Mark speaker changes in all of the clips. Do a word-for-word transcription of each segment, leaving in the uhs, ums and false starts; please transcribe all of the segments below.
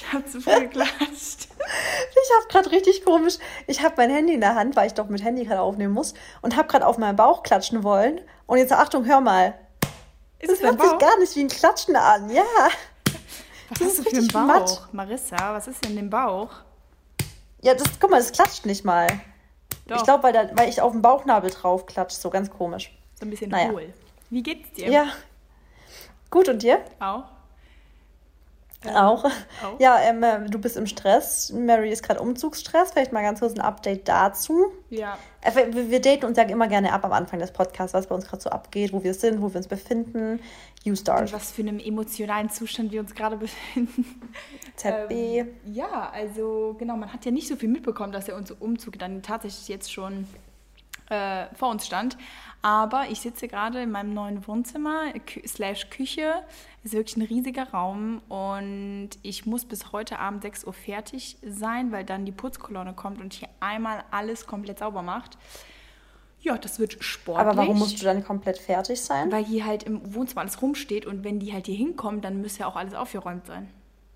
Speaker 1: habe zu früh geklatscht.
Speaker 2: Ich habe gerade richtig komisch, ich habe mein Handy in der Hand, weil ich doch mit Handy gerade aufnehmen muss und habe gerade auf meinen Bauch klatschen wollen. Und jetzt, Achtung, hör mal.
Speaker 1: Ist
Speaker 2: Das
Speaker 1: es dein
Speaker 2: hört sich
Speaker 1: Bauch?
Speaker 2: gar nicht wie ein Klatschen an, ja.
Speaker 1: Was
Speaker 2: Das
Speaker 1: hast
Speaker 2: ist
Speaker 1: du für einen
Speaker 2: richtig
Speaker 1: Bauch?
Speaker 2: matt.
Speaker 1: Marissa, was ist denn im Bauch?
Speaker 2: Ja, das, guck mal, das klatscht nicht mal.
Speaker 1: Doch,
Speaker 2: Ich glaube, weil, da- weil ich auf den Bauchnabel drauf klatsche, so ganz komisch.
Speaker 1: so ein bisschen
Speaker 2: Naja.
Speaker 1: hohl. Wie geht's dir?
Speaker 2: Ja, gut, und dir?
Speaker 1: Auch?
Speaker 2: Auch.
Speaker 1: auch.
Speaker 2: Ja, ähm, äh, du bist im Stress. Mary ist gerade Umzugsstress. Vielleicht mal ganz kurz ein Update dazu.
Speaker 1: Ja.
Speaker 2: Äh, Wir, wir daten uns ja immer gerne ab am Anfang des Podcasts, was bei uns gerade so abgeht, wo wir sind, wo wir uns befinden. You
Speaker 1: In
Speaker 2: start.
Speaker 1: was für einem emotionalen Zustand wir uns gerade befinden.
Speaker 2: Z B.
Speaker 1: Ähm, ja, also genau, man hat ja nicht so viel mitbekommen, dass der unser Umzug dann tatsächlich jetzt schon äh, vor uns stand. Aber ich sitze gerade in meinem neuen Wohnzimmer, Kü slash Küche. Ist wirklich ein riesiger Raum und ich muss bis heute Abend sechs Uhr fertig sein, weil dann die Putzkolonne kommt und hier einmal alles komplett sauber macht. Ja, das wird sportlich.
Speaker 2: Aber warum musst du dann komplett fertig sein?
Speaker 1: Weil hier halt im Wohnzimmer alles rumsteht und wenn die halt hier hinkommen, dann müsste ja auch alles aufgeräumt sein.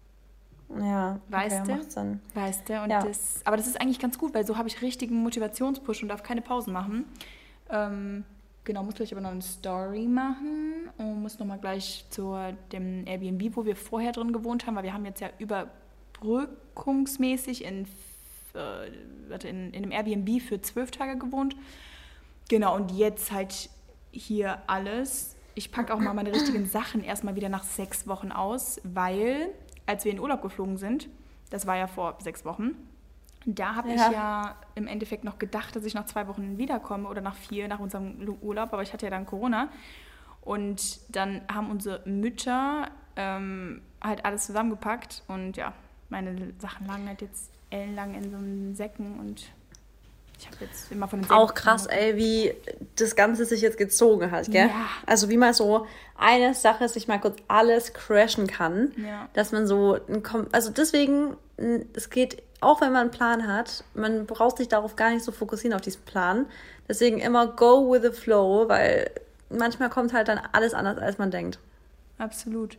Speaker 2: Ja,
Speaker 1: Weißt
Speaker 2: okay,
Speaker 1: du?
Speaker 2: macht Sinn.
Speaker 1: Weißt du? Und
Speaker 2: Ja.
Speaker 1: das, aber das ist eigentlich ganz gut, weil so habe ich richtigen Motivationspush und darf keine Pausen machen. Ähm, genau, muss gleich aber noch eine Story machen und muss nochmal gleich zu dem Airbnb, wo wir vorher drin gewohnt haben, weil wir haben jetzt ja überbrückungsmäßig in, äh, warte, in, in einem Airbnb für zwölf Tage gewohnt. Genau, und jetzt halt hier alles. Ich packe auch mal meine richtigen Sachen erstmal wieder nach sechs Wochen aus, weil als wir in Urlaub geflogen sind, das war ja vor sechs Wochen, da habe
Speaker 2: Ja.
Speaker 1: ich ja im Endeffekt noch gedacht, dass ich nach zwei Wochen wiederkomme oder nach vier, nach unserem Lu- Urlaub, aber ich hatte ja dann Corona. Und dann haben unsere Mütter ähm, halt alles zusammengepackt und ja, meine Sachen lagen halt jetzt ellenlang in so einem Säcken und ich habe jetzt immer von den Säcken...
Speaker 2: Auch krass, ey, wie das Ganze sich jetzt gezogen hat, gell?
Speaker 1: Ja.
Speaker 2: Also wie mal so eine Sache sich mal kurz alles crashen kann,
Speaker 1: Ja.
Speaker 2: dass man so, ein Kom- also deswegen, n- es geht, auch wenn man einen Plan hat, man braucht sich darauf gar nicht so fokussieren auf diesen Plan. Deswegen immer go with the flow, weil manchmal kommt halt dann alles anders, als man denkt.
Speaker 1: Absolut.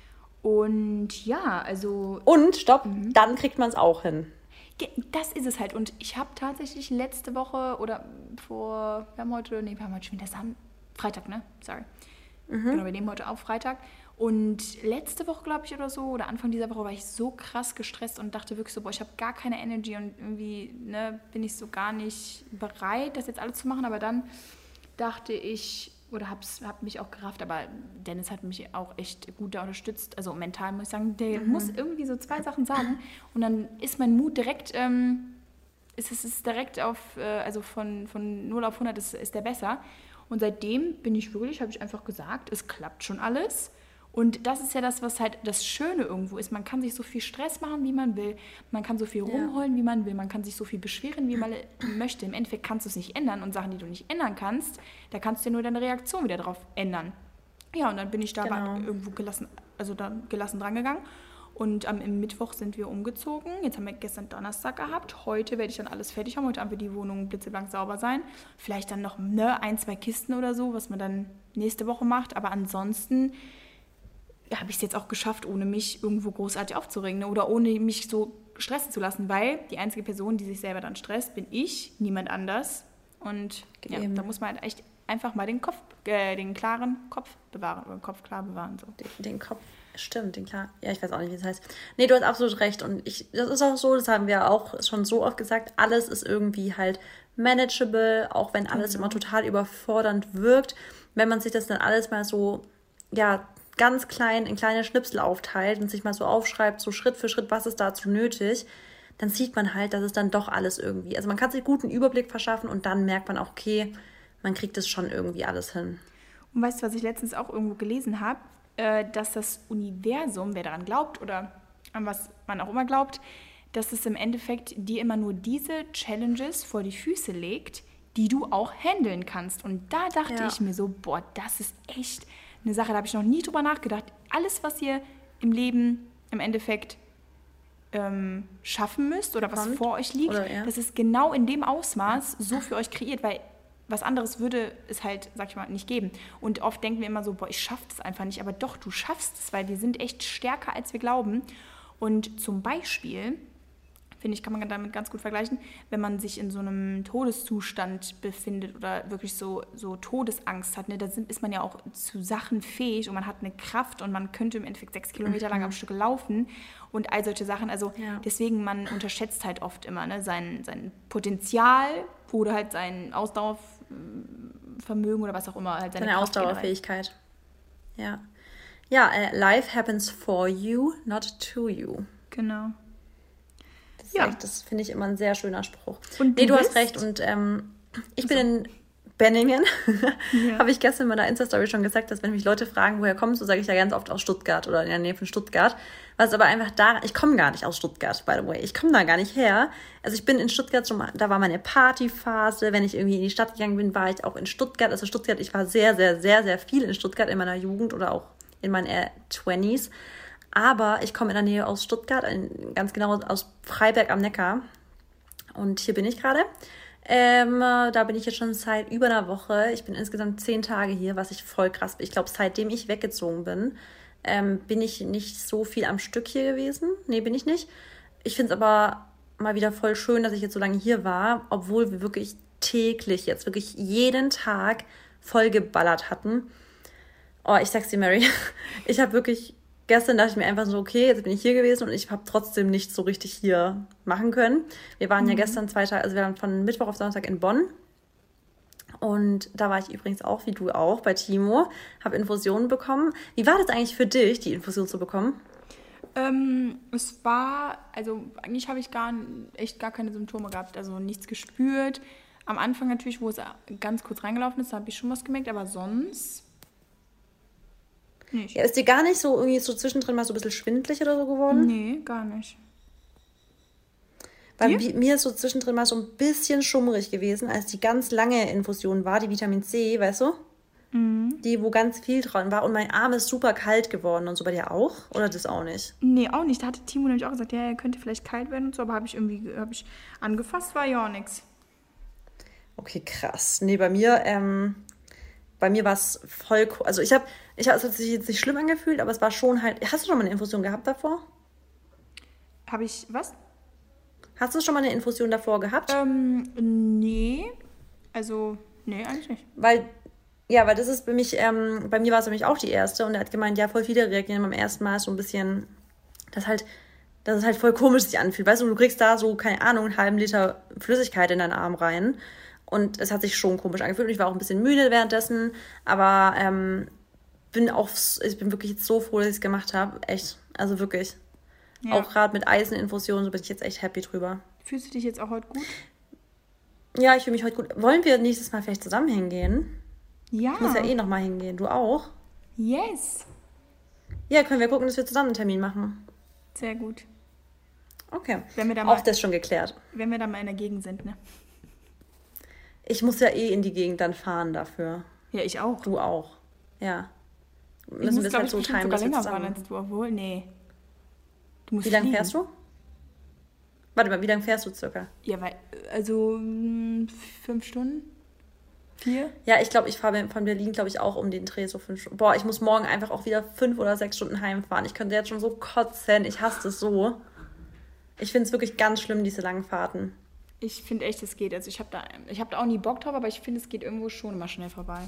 Speaker 1: Und ja, also
Speaker 2: Und, stopp,
Speaker 1: Mhm.
Speaker 2: dann kriegt man es auch hin.
Speaker 1: ge- das ist es halt. Und ich habe tatsächlich letzte Woche oder vor, wir haben heute, nee, wir haben heute schon wieder Sam Freitag, ne? Sorry. Genau, wir nehmen heute auf Freitag. Und letzte Woche, glaube ich, oder so, oder Anfang dieser Woche war ich so krass gestresst und dachte wirklich so, boah, ich habe gar keine Energy und irgendwie ne, bin ich so gar nicht bereit, das jetzt alles zu machen. Aber dann dachte ich, oder habe hab mich auch gerafft, aber Dennis hat mich auch echt gut da unterstützt. Also mental muss ich sagen, der muss irgendwie so zwei Sachen sagen. Und dann ist mein Mut direkt, ähm, ist es ist direkt auf, äh, also von, von null auf hundert ist, ist der besser. Und seitdem bin ich wirklich, habe ich einfach gesagt, es klappt schon alles. Und das ist ja das, was halt das Schöne irgendwo ist. Man kann sich so viel Stress machen, wie man will. Man kann so viel
Speaker 2: Ja.
Speaker 1: rumheulen, wie man will. Man kann sich so viel beschweren, wie man möchte. Im Endeffekt kannst du es nicht ändern. Und Sachen, die du nicht ändern kannst, da kannst du ja nur deine Reaktion wieder drauf ändern. Ja, und dann bin ich da
Speaker 2: Genau.
Speaker 1: aber irgendwo gelassen, also da gelassen drangegangen. Und am im Mittwoch sind wir umgezogen. Jetzt haben wir gestern Donnerstag gehabt. Heute werde ich dann alles fertig haben. Heute Abend wird die Wohnung blitzeblank sauber sein. Vielleicht dann noch ne, ein, zwei Kisten oder so, was man dann nächste Woche macht. Aber ansonsten ja, habe ich es jetzt auch geschafft, ohne mich irgendwo großartig aufzuregen, ne? Oder ohne mich so stressen zu lassen, weil die einzige Person, die sich selber dann stresst, bin ich, niemand anders. Und ja,
Speaker 2: Eben.
Speaker 1: da muss man halt echt einfach mal den Kopf, äh, den klaren Kopf bewahren oder den Kopf klar bewahren. So.
Speaker 2: Den, den Kopf, stimmt, den klar. Ja, ich weiß auch nicht, wie das heißt. Nee, du hast absolut recht. Und ich, das ist auch so, das haben wir auch schon so oft gesagt, alles ist irgendwie halt manageable, auch wenn alles immer total überfordernd wirkt. Wenn man sich das dann alles mal so, ja, ganz klein in kleine Schnipsel aufteilt und sich mal so aufschreibt, so Schritt für Schritt, was ist dazu nötig, dann sieht man halt, dass es dann doch alles irgendwie, also man kann sich guten Überblick verschaffen und dann merkt man auch, okay, man kriegt es schon irgendwie alles hin.
Speaker 1: Und weißt du, was ich letztens auch irgendwo gelesen habe? Äh, dass das Universum, wer daran glaubt oder an was man auch immer glaubt, dass es im Endeffekt dir immer nur diese Challenges vor die Füße legt, die du auch handeln kannst. Und da dachte
Speaker 2: Ja.
Speaker 1: ich mir so, boah, das ist echt eine Sache, da habe ich noch nie drüber nachgedacht. Alles, was ihr im Leben im Endeffekt ähm, schaffen müsst oder was
Speaker 2: Kommt.
Speaker 1: vor euch liegt,
Speaker 2: Oder, ja.
Speaker 1: das ist genau in dem Ausmaß so für euch kreiert, weil was anderes würde es halt, sag ich mal, nicht geben. Und oft denken wir immer so, boah, ich schaff das einfach nicht, aber doch, du schaffst es, weil wir sind echt stärker, als wir glauben. Und zum Beispiel, finde ich, kann man damit ganz gut vergleichen, wenn man sich in so einem Todeszustand befindet oder wirklich so, so Todesangst hat, ne, da sind, ist man ja auch zu Sachen fähig und man hat eine Kraft und man könnte im Endeffekt sechs Kilometer lang am Stück laufen und all solche Sachen. Also
Speaker 2: Ja.
Speaker 1: deswegen, man unterschätzt halt oft immer ne, sein, sein Potenzial oder halt sein Ausdauervermögen oder was auch immer. Halt seine
Speaker 2: Deine
Speaker 1: Kraft generell.
Speaker 2: Ausdauerfähigkeit. Ja. Ja, äh, life happens for you, not to you.
Speaker 1: Genau.
Speaker 2: Das,
Speaker 1: Ja.
Speaker 2: ja. das finde ich immer ein sehr schöner Spruch.
Speaker 1: Und
Speaker 2: nee,
Speaker 1: du
Speaker 2: du hast
Speaker 1: bist?
Speaker 2: recht. Und ähm, ich bin in Benningen.
Speaker 1: Ja.
Speaker 2: Habe ich gestern in meiner Insta-Story schon gesagt, dass wenn mich Leute fragen, woher kommst du, sage ich ja ganz oft aus Stuttgart oder in der Nähe von Stuttgart. Was aber einfach da, ich komme gar nicht aus Stuttgart, by the way. Ich komme da gar nicht her. Also ich bin in Stuttgart schon mal, da war meine Partyphase. Wenn ich irgendwie in die Stadt gegangen bin, war ich auch in Stuttgart. Also Stuttgart, ich war sehr, sehr, sehr, sehr viel in Stuttgart in meiner Jugend oder auch in meinen äh, zwanziger. Aber ich komme in der Nähe aus Stuttgart, in, ganz genau aus Freiberg am Neckar. Und hier bin ich gerade. Ähm, da bin ich jetzt schon seit über einer Woche. Ich bin insgesamt zehn Tage hier, was ich voll krass bin. Ich glaube, seitdem ich weggezogen bin, ähm, bin ich nicht so viel am Stück hier gewesen. Nee, bin ich nicht. Ich finde es aber mal wieder voll schön, dass ich jetzt so lange hier war, obwohl wir wirklich täglich, jetzt wirklich jeden Tag voll geballert hatten. Oh, ich sag's dir, Mary, ich habe wirklich... Gestern dachte ich mir einfach so, okay, jetzt bin ich hier gewesen und ich habe trotzdem nichts so richtig hier machen können. Wir waren mhm. ja gestern zwei Tage, also wir waren von Mittwoch auf Donnerstag in Bonn. Und da war ich übrigens auch, wie du auch, bei Timo, habe Infusionen bekommen. Wie war das eigentlich für dich, die Infusion zu bekommen?
Speaker 1: Ähm, es war, also eigentlich habe ich gar, echt gar keine Symptome gehabt, also nichts gespürt. Am Anfang natürlich, wo es ganz kurz reingelaufen ist, habe ich schon was gemerkt, aber sonst... Nicht.
Speaker 2: Ja, ist dir gar nicht so irgendwie so zwischendrin mal so ein bisschen schwindelig oder so geworden?
Speaker 1: Nee, gar nicht.
Speaker 2: Weil Dir? mir ist so zwischendrin mal so ein bisschen schummrig gewesen, als die ganz lange Infusion war, die Vitamin C, weißt du? Mhm. Die, wo ganz viel dran war und mein Arm ist super kalt geworden und so. Bei dir auch? Oder das auch nicht?
Speaker 1: Nee, auch nicht. Da hatte Timo nämlich auch gesagt, ja, er könnte vielleicht kalt werden und so, aber habe ich irgendwie hab ich angefasst, war ja auch nichts.
Speaker 2: Okay, krass. Nee, bei mir, ähm... Bei mir war es voll, also ich habe, ich habe, es hat sich jetzt nicht schlimm angefühlt, aber es war schon halt, hast du schon mal eine Infusion gehabt davor?
Speaker 1: Habe ich, was?
Speaker 2: Hast du schon mal eine Infusion davor gehabt?
Speaker 1: Ähm, nee, also, nee, eigentlich nicht.
Speaker 2: Weil, ja, weil das ist bei mich, ähm, bei mir war es nämlich auch die erste und er hat gemeint, ja, voll viele reagieren beim ersten Mal so ein bisschen, dass halt, dass es halt voll komisch sich anfühlt, weißt du, du kriegst da so, keine Ahnung, einen halben Liter Flüssigkeit in deinen Arm rein. Und es hat sich schon komisch angefühlt. Und ich war auch ein bisschen müde währenddessen. Aber ähm, bin auch, ich bin wirklich jetzt so froh, dass ich es gemacht habe. Echt. Also wirklich. Ja. Auch gerade mit Eiseninfusionen, so bin ich jetzt echt happy drüber.
Speaker 1: Fühlst du dich jetzt auch heute gut?
Speaker 2: Ja, ich fühle mich heute gut. Wollen wir nächstes Mal vielleicht zusammen hingehen?
Speaker 1: Ja.
Speaker 2: Ich muss ja eh nochmal hingehen. Du auch?
Speaker 1: Yes.
Speaker 2: Ja, können wir gucken, dass wir zusammen einen Termin machen.
Speaker 1: Sehr gut.
Speaker 2: Okay.
Speaker 1: Wenn wir da mal,
Speaker 2: auch das schon geklärt.
Speaker 1: Wenn wir da mal in der Gegend sind, ne?
Speaker 2: Ich muss ja eh in die Gegend dann fahren dafür.
Speaker 1: Ja, ich auch.
Speaker 2: Du auch. Ja.
Speaker 1: Müssen ich muss, wir es halt so timen, sogar länger fahren als du, obwohl, nee.
Speaker 2: Du musst wie lange fährst du? Warte mal, wie lange fährst du circa?
Speaker 1: Ja, weil, also fünf Stunden? Vier?
Speaker 2: Ja, ich glaube, ich fahre von Berlin, glaube ich, auch um den Dreh so fünf Stunden. Boah, ich muss morgen einfach auch wieder fünf oder sechs Stunden heimfahren. Ich könnte jetzt schon so kotzen. Ich hasse das so. Ich finde es wirklich ganz schlimm, diese langen Fahrten.
Speaker 1: Ich finde echt, es geht. Also ich habe da, ich hab da auch nie Bock drauf, aber ich finde, es geht irgendwo schon immer schnell vorbei.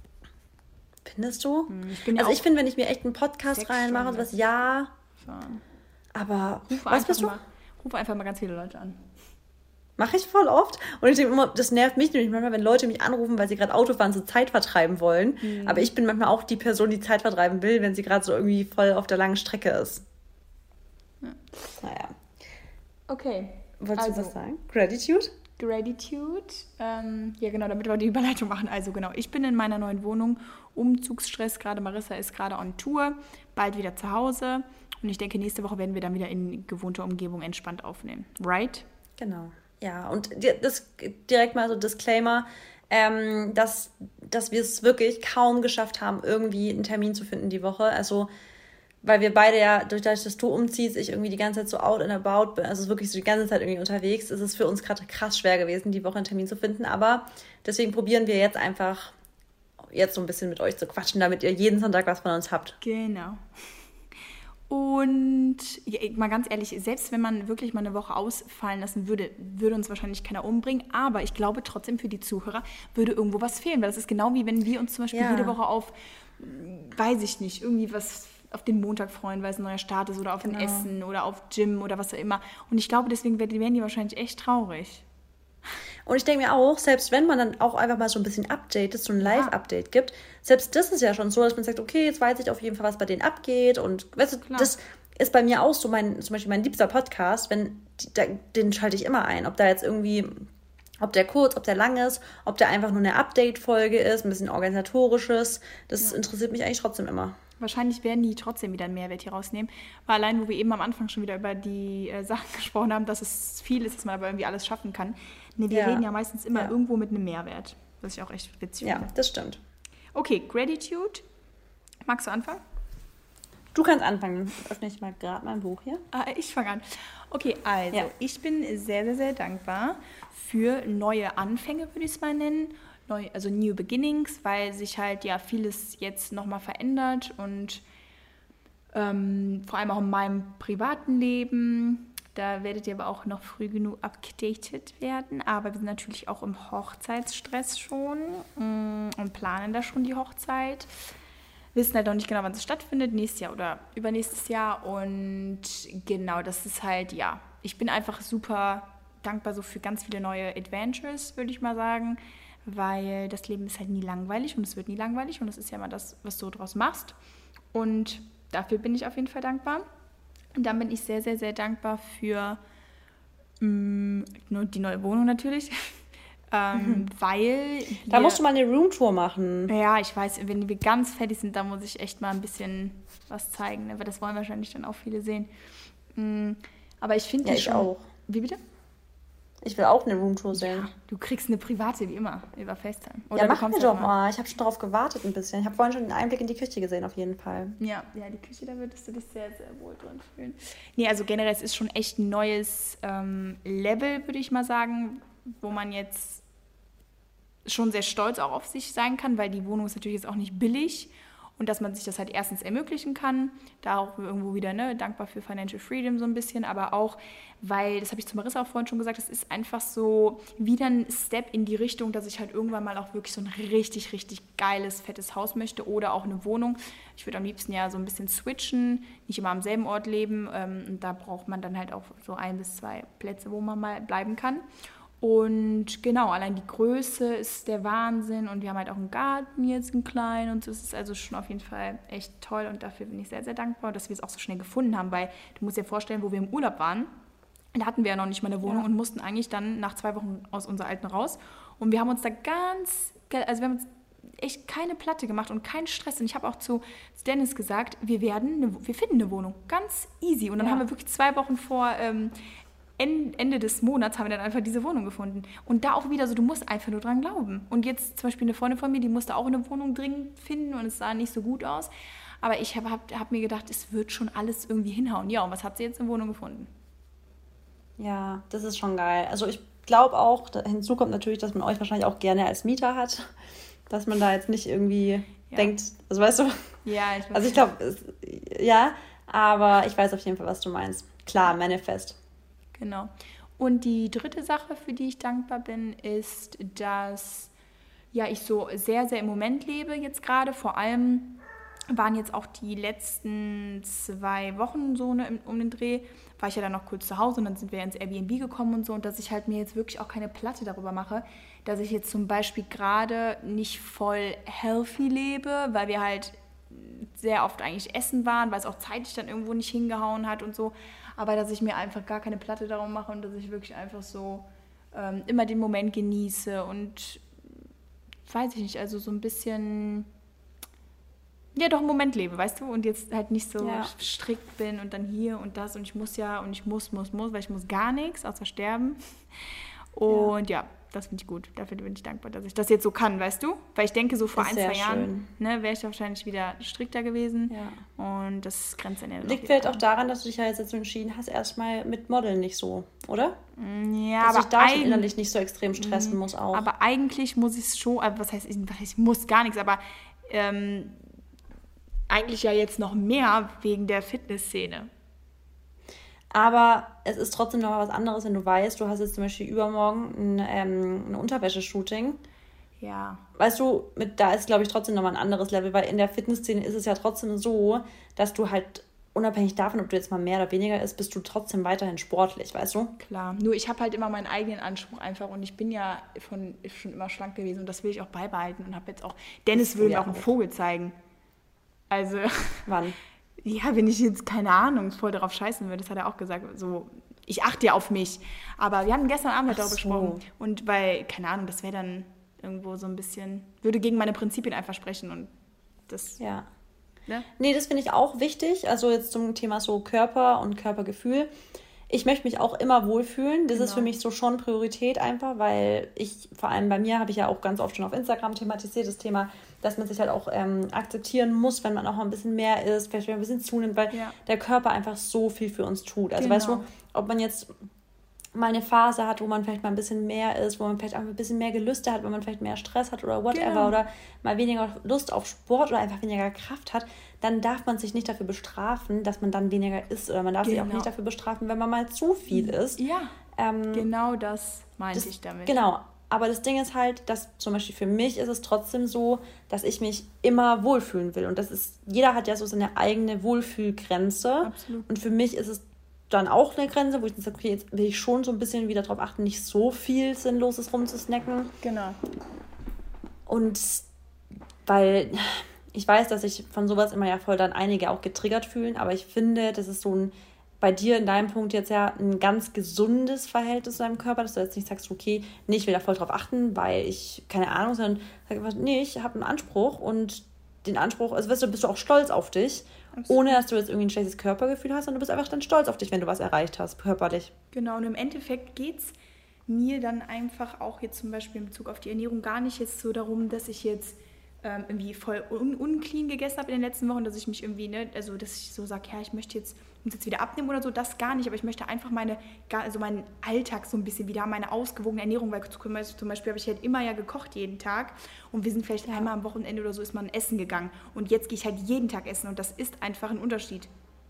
Speaker 2: Findest du?
Speaker 1: Hm, ich bin ja
Speaker 2: also ich finde, wenn ich mir echt einen Podcast reinmache, was ja,
Speaker 1: fahren.
Speaker 2: aber
Speaker 1: ruf
Speaker 2: was bist du?
Speaker 1: Mal, ruf einfach mal ganz viele Leute an.
Speaker 2: Mache ich voll oft. Und ich denke immer, das nervt mich nämlich manchmal, wenn Leute mich anrufen, weil sie gerade Auto fahren, so Zeit vertreiben wollen. Mhm. Aber ich bin manchmal auch die Person, die Zeit vertreiben will, wenn sie gerade so irgendwie voll auf der langen Strecke ist.
Speaker 1: Ja.
Speaker 2: Naja.
Speaker 1: Okay.
Speaker 2: Wolltest also, du was sagen? Gratitude?
Speaker 1: Gratitude. Ähm, ja, genau, damit wir die Überleitung machen. Also genau, ich bin in meiner neuen Wohnung. Umzugsstress gerade. Marissa ist gerade on Tour. Bald wieder zu Hause. Und ich denke, nächste Woche werden wir dann wieder in gewohnter Umgebung entspannt aufnehmen. Right?
Speaker 2: Genau. Ja, und das direkt mal so Disclaimer, ähm, dass, dass wir es wirklich kaum geschafft haben, irgendwie einen Termin zu finden die Woche. Also, weil wir beide ja, durch das, dass du umziehst, ich irgendwie die ganze Zeit so out and about bin, also wirklich so die ganze Zeit irgendwie unterwegs, ist es für uns gerade krass schwer gewesen, die Woche einen Termin zu finden. Aber deswegen probieren wir jetzt einfach, jetzt so ein bisschen mit euch zu quatschen, damit ihr jeden Sonntag was von uns habt.
Speaker 1: Genau. Und ja, mal ganz ehrlich, selbst wenn man wirklich mal eine Woche ausfallen lassen würde, würde uns wahrscheinlich keiner umbringen. Aber ich glaube trotzdem für die Zuhörer würde irgendwo was fehlen. Weil das ist genau wie wenn wir uns zum Beispiel ja. jede Woche auf, weiß ich nicht, irgendwie was auf den Montag freuen, weil es ein neuer Start ist oder auf genau. ein Essen oder auf Gym oder was auch immer. Und ich glaube, deswegen wären die wahrscheinlich echt traurig.
Speaker 2: Und ich denke mir auch, selbst wenn man dann auch einfach mal so ein bisschen updatet, so ein Live-Update ja. gibt, selbst das ist ja schon so, dass man sagt, okay, jetzt weiß ich auf jeden Fall, was bei denen abgeht. Und weißt du, Klar. das ist bei mir auch so, mein, zum Beispiel mein liebster Podcast, wenn da, den schalte ich immer ein. Ob da jetzt irgendwie, ob der kurz, ob der lang ist, ob der einfach nur eine Update-Folge ist, ein bisschen organisatorisches, das ja. interessiert mich eigentlich trotzdem immer.
Speaker 1: Wahrscheinlich werden die trotzdem wieder einen Mehrwert hier rausnehmen. Weil allein, wo wir eben am Anfang schon wieder über die äh, Sachen gesprochen haben, dass es viel ist, dass man aber irgendwie alles schaffen kann. Nee, wir ja. reden ja meistens immer ja. irgendwo mit einem Mehrwert. Was ich auch echt witzig
Speaker 2: finde.
Speaker 1: Ja,
Speaker 2: das stimmt.
Speaker 1: Okay, Gratitude. Magst du anfangen?
Speaker 2: Du kannst anfangen. Öffne ich mal gerade mein Buch hier.
Speaker 1: Ah, ich fange an. Okay, also ja. ich bin sehr, sehr, sehr dankbar für neue Anfänge, würde ich es mal nennen. Neu, also New Beginnings, weil sich halt ja vieles jetzt nochmal verändert und ähm, vor allem auch in meinem privaten Leben. Da werdet ihr aber auch noch früh genug updated werden. Aber wir sind natürlich auch im Hochzeitsstress schon und planen da schon die Hochzeit. Wissen halt noch nicht genau, wann es stattfindet, nächstes Jahr oder übernächstes Jahr. Und genau, das ist halt, ja, ich bin einfach super dankbar so für ganz viele neue Adventures, würde ich mal sagen. Weil das Leben ist halt nie langweilig und es wird nie langweilig. Und das ist ja immer das, was du draus machst. Und dafür bin ich auf jeden Fall dankbar. Und dann bin ich sehr, sehr, sehr dankbar für mh, die neue Wohnung natürlich, ähm, mhm. weil...
Speaker 2: Da musst du mal eine Roomtour machen.
Speaker 1: Ja, ich weiß, wenn wir ganz fertig sind, da muss ich echt mal ein bisschen was zeigen, ne? Weil das wollen wahrscheinlich dann auch viele sehen. Mhm. Aber ich finde
Speaker 2: ja,
Speaker 1: die
Speaker 2: ich
Speaker 1: schon...
Speaker 2: auch.
Speaker 1: Wie bitte?
Speaker 2: Ich will auch eine Roomtour sehen.
Speaker 1: Ja, du kriegst eine private, wie immer, über FaceTime.
Speaker 2: Oder ja, mach mir doch mal. Ich habe schon darauf gewartet ein bisschen. Ich habe vorhin schon einen Einblick in die Küche gesehen, auf jeden Fall.
Speaker 1: Ja, ja, die Küche, da würdest du dich sehr, sehr wohl drin fühlen. Nee, also generell, es ist schon echt ein neues ähm, Level, würde ich mal sagen, wo man jetzt schon sehr stolz auch auf sich sein kann, weil die Wohnung ist natürlich jetzt auch nicht billig. Und dass man sich das halt erstens ermöglichen kann, da auch irgendwo wieder ne, dankbar für Financial Freedom so ein bisschen, aber auch, weil, das habe ich zu Marissa auch vorhin schon gesagt, das ist einfach so wieder ein Step in die Richtung, dass ich halt irgendwann mal auch wirklich so ein richtig, richtig geiles, fettes Haus möchte oder auch eine Wohnung. Ich würde am liebsten ja so ein bisschen switchen, nicht immer am selben Ort leben ähm, und da braucht man dann halt auch so ein bis zwei Plätze, wo man mal bleiben kann. Und genau, allein die Größe ist der Wahnsinn und wir haben halt auch einen Garten jetzt, einen kleinen und das ist also schon auf jeden Fall echt toll und dafür bin ich sehr, sehr dankbar, dass wir es auch so schnell gefunden haben, weil du musst dir vorstellen, wo wir im Urlaub waren, da hatten wir ja noch nicht mal eine Wohnung ja. und mussten eigentlich dann nach zwei Wochen aus unserer alten raus und wir haben uns da ganz, also wir haben uns echt keine Platte gemacht und keinen Stress und ich habe auch zu Dennis gesagt, wir werden, eine, wir finden eine Wohnung, ganz easy und dann ja. haben wir wirklich zwei Wochen vor ähm, Ende des Monats haben wir dann einfach diese Wohnung gefunden. Und da auch wieder so, du musst einfach nur dran glauben. Und jetzt zum Beispiel eine Freundin von mir, die musste auch eine Wohnung dringend finden und es sah nicht so gut aus. Aber ich habe hab, hab mir gedacht, es wird schon alles irgendwie hinhauen. Ja, und was hat sie jetzt in Wohnung gefunden?
Speaker 2: Ja, das ist schon geil. Also ich glaube auch, hinzu kommt natürlich, dass man euch wahrscheinlich auch gerne als Mieter hat. Dass man da jetzt nicht irgendwie ja. denkt, also weißt du?
Speaker 1: Ja, ich weiß.
Speaker 2: Also ich glaube, ja, aber ich weiß auf jeden Fall, was du meinst. Klar, Manifest.
Speaker 1: Genau. Und die dritte Sache, für die ich dankbar bin, ist, dass ja, ich so sehr, sehr im Moment lebe jetzt gerade. Vor allem waren jetzt auch die letzten zwei Wochen so ne, um den Dreh, war ich ja dann noch kurz zu Hause und dann sind wir ins Airbnb gekommen und so. Und dass ich halt mir jetzt wirklich auch keine Platte darüber mache, dass ich jetzt zum Beispiel gerade nicht voll healthy lebe, weil wir halt sehr oft eigentlich essen waren, weil es auch zeitlich dann irgendwo nicht hingehauen hat und so. Aber dass ich mir einfach gar keine Platte darum mache und dass ich wirklich einfach so ähm, immer den Moment genieße und weiß ich nicht, also so ein bisschen, ja doch im Moment lebe, weißt du? Und jetzt halt nicht so ja. strikt bin und dann hier und das und ich muss ja und ich muss, muss, muss, weil ich muss gar nichts, außer sterben. Und ja, ja das finde ich gut. Dafür bin ich dankbar, dass ich das jetzt so kann, weißt du? Weil ich denke, so vor ein, zwei Jahren ne, wäre ich wahrscheinlich wieder strikter gewesen. Ja. Und das grenzt dann ja.
Speaker 2: Liegt vielleicht auch daran, dass du dich ja jetzt dazu entschieden hast, erstmal mit Modeln nicht so, oder?
Speaker 1: Ja,
Speaker 2: dass
Speaker 1: aber
Speaker 2: ich da schon innerlich nicht so extrem stressen muss auch.
Speaker 1: Aber eigentlich muss ich es schon, also was heißt, ich, was heißt, ich muss gar nichts, aber ähm, eigentlich ja jetzt noch mehr wegen der Fitnessszene.
Speaker 2: Aber es ist trotzdem noch was anderes, wenn du weißt, du hast jetzt zum Beispiel übermorgen ein, ähm, ein Unterwäsche-Shooting.
Speaker 1: Ja.
Speaker 2: Weißt du, mit, da ist, glaube ich, trotzdem nochmal ein anderes Level, weil in der Fitnessszene ist es ja trotzdem so, dass du halt unabhängig davon, ob du jetzt mal mehr oder weniger isst, bist du trotzdem weiterhin sportlich, weißt du?
Speaker 1: Klar, nur ich habe halt immer meinen eigenen Anspruch einfach und ich bin ja von, schon immer schlank gewesen und das will ich auch beibehalten und habe jetzt auch, Dennis will mir auch einen Vogel zeigen. Also...
Speaker 2: Wann?
Speaker 1: Ja, wenn ich jetzt, keine Ahnung, voll darauf scheißen würde, das hat er auch gesagt, so, ich achte ja auf mich. Aber wir hatten gestern Abend halt darüber
Speaker 2: so.
Speaker 1: gesprochen und weil, keine Ahnung, das wäre dann irgendwo so ein bisschen, würde gegen meine Prinzipien einfach sprechen und das...
Speaker 2: Ja.
Speaker 1: Ne?
Speaker 2: Nee, das finde ich auch wichtig. Also jetzt zum Thema so Körper und Körpergefühl. Ich möchte mich auch immer wohlfühlen. Das genau. ist für mich so schon Priorität einfach, weil ich, vor allem bei mir, habe ich ja auch ganz oft schon auf Instagram thematisiert, das Thema, dass man sich halt auch ähm, akzeptieren muss, wenn man auch mal ein bisschen mehr isst, vielleicht ein bisschen zunimmt, weil ja. der Körper einfach so viel für uns tut. Also genau. weißt du, ob man jetzt mal eine Phase hat, wo man vielleicht mal ein bisschen mehr isst, wo man vielleicht auch ein bisschen mehr Gelüste hat, wenn man vielleicht mehr Stress hat oder whatever genau. oder mal weniger Lust auf Sport oder einfach weniger Kraft hat, dann darf man sich nicht dafür bestrafen, dass man dann weniger isst oder man darf genau. sich auch nicht dafür bestrafen, wenn man mal zu viel isst.
Speaker 1: Ja,
Speaker 2: ähm,
Speaker 1: genau das meinte
Speaker 2: das,
Speaker 1: ich damit.
Speaker 2: Genau, aber das Ding ist halt, dass zum Beispiel für mich ist es trotzdem so, dass ich mich immer wohlfühlen will und das ist, jeder hat ja so seine eigene Wohlfühlgrenze.
Speaker 1: Absolut.
Speaker 2: Und für mich ist es dann auch eine Grenze, wo ich dann sage, okay, jetzt will ich schon so ein bisschen wieder darauf achten, nicht so viel Sinnloses rumzusnacken.
Speaker 1: Genau.
Speaker 2: Und weil ich weiß, dass sich von sowas immer ja voll dann einige auch getriggert fühlen, aber ich finde, das ist so ein, bei dir in deinem Punkt jetzt ja ein ganz gesundes Verhältnis zu deinem Körper, dass du jetzt nicht sagst, okay, nee, ich will da voll drauf achten, weil ich, keine Ahnung, sondern sag einfach, nee, ich habe einen Anspruch und den Anspruch, also weißt du, bist du auch stolz auf dich. Absolut. Ohne, dass du jetzt irgendwie ein schlechtes Körpergefühl hast, sondern du bist einfach dann stolz auf dich, wenn du was erreicht hast, körperlich.
Speaker 1: Genau, und im Endeffekt geht es mir dann einfach auch jetzt zum Beispiel in Bezug auf die Ernährung gar nicht jetzt so darum, dass ich jetzt ähm, irgendwie voll un- unclean gegessen habe in den letzten Wochen, dass ich mich irgendwie, ne, also dass ich so sage, ja, ich möchte jetzt, muss jetzt wieder abnehmen oder so, das gar nicht, aber ich möchte einfach meine, also meinen Alltag so ein bisschen wieder, meine ausgewogene Ernährung, weil zum Beispiel habe ich halt immer ja gekocht jeden Tag und wir sind vielleicht ja. einmal am Wochenende oder so ist man essen gegangen und jetzt gehe ich halt jeden Tag essen und das ist einfach ein Unterschied.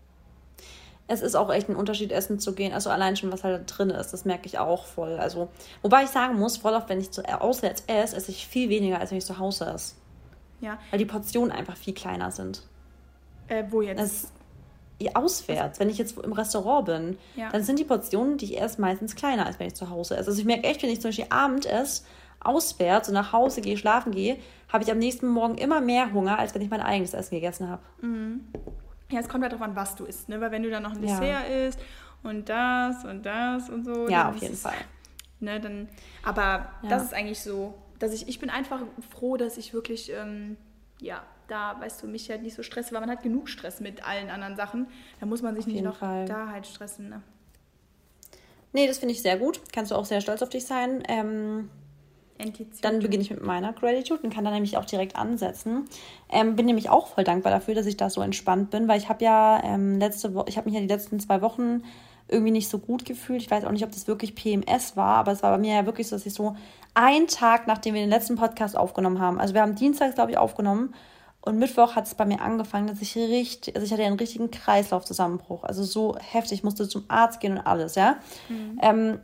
Speaker 2: Es ist auch echt ein Unterschied, essen zu gehen, also allein schon, was halt da drin ist, das merke ich auch voll, also, wobei ich sagen muss, voll oft, wenn ich zu, auswärts esse, esse ich viel weniger, als wenn ich zu Hause esse. Ja. Weil die Portionen einfach viel kleiner sind.
Speaker 1: Äh, wo jetzt?
Speaker 2: Das, auswärts, wenn ich jetzt im Restaurant bin, ja. dann sind die Portionen, die ich esse, meistens kleiner, als wenn ich zu Hause esse. Also ich merke echt, wenn ich zum Beispiel Abend esse, auswärts und nach Hause gehe, schlafen gehe, habe ich am nächsten Morgen immer mehr Hunger, als wenn ich mein eigenes Essen gegessen habe.
Speaker 1: Mhm. Ja, es kommt halt darauf an, was du isst, ne? Weil wenn du dann noch ein Dessert ja. isst und das und das und so.
Speaker 2: Ja, auf jeden es, Fall.
Speaker 1: Ne, dann, aber ja. das ist eigentlich so, dass ich, ich bin einfach froh, dass ich wirklich, ähm, ja, da, weißt du, mich halt nicht so stresse, weil man hat genug Stress mit allen anderen Sachen. Da muss man sich auf nicht noch Fall. da halt stressen. Ne?
Speaker 2: Nee, das finde ich sehr gut. Kannst du auch sehr stolz auf dich sein. Ähm, dann beginne ich mit meiner Gratitude und kann dann nämlich auch direkt ansetzen. Ähm, bin nämlich auch voll dankbar dafür, dass ich da so entspannt bin, weil ich habe ja ähm, letzte Woche, ich habe mich ja die letzten zwei Wochen irgendwie nicht so gut gefühlt. Ich weiß auch nicht, ob das wirklich P M S war, aber es war bei mir ja wirklich so, dass ich so einen Tag, nachdem wir den letzten Podcast aufgenommen haben, also wir haben Dienstag, glaube ich, aufgenommen und Mittwoch hat es bei mir angefangen, dass ich richtig, also ich hatte einen richtigen Kreislaufzusammenbruch, also so heftig, ich musste zum Arzt gehen und alles, ja. Mhm. Ähm,